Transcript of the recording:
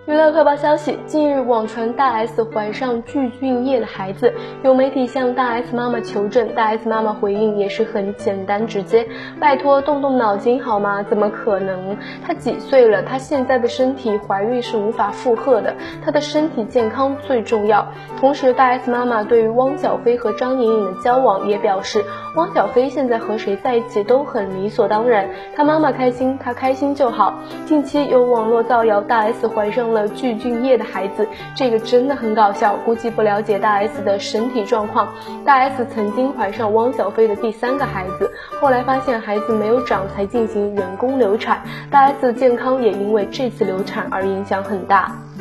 娱乐快报消息，近日网传大 S 怀上具俊晔的孩子，有媒体向大 S 妈妈求证，大 S 妈妈回应也是很简单直接，拜托动动脑筋好吗？怎么可能？她几岁了？她现在的身体怀孕是无法负荷的，她的身体健康最重要。同时，大 S 妈妈对于汪小菲和张颖颖的交往也表示，汪小菲现在和谁在一起都很理所当然，她妈妈开心，她开心就好。近期有网络造谣大 S 怀上了具俊晔的孩子，这个真的很搞笑，估计不了解大 S 的身体状况。大 S 曾经怀上汪小菲的第3个孩子，后来发现孩子没有长才进行人工流产，大 S 的健康也因为这次流产而影响很大。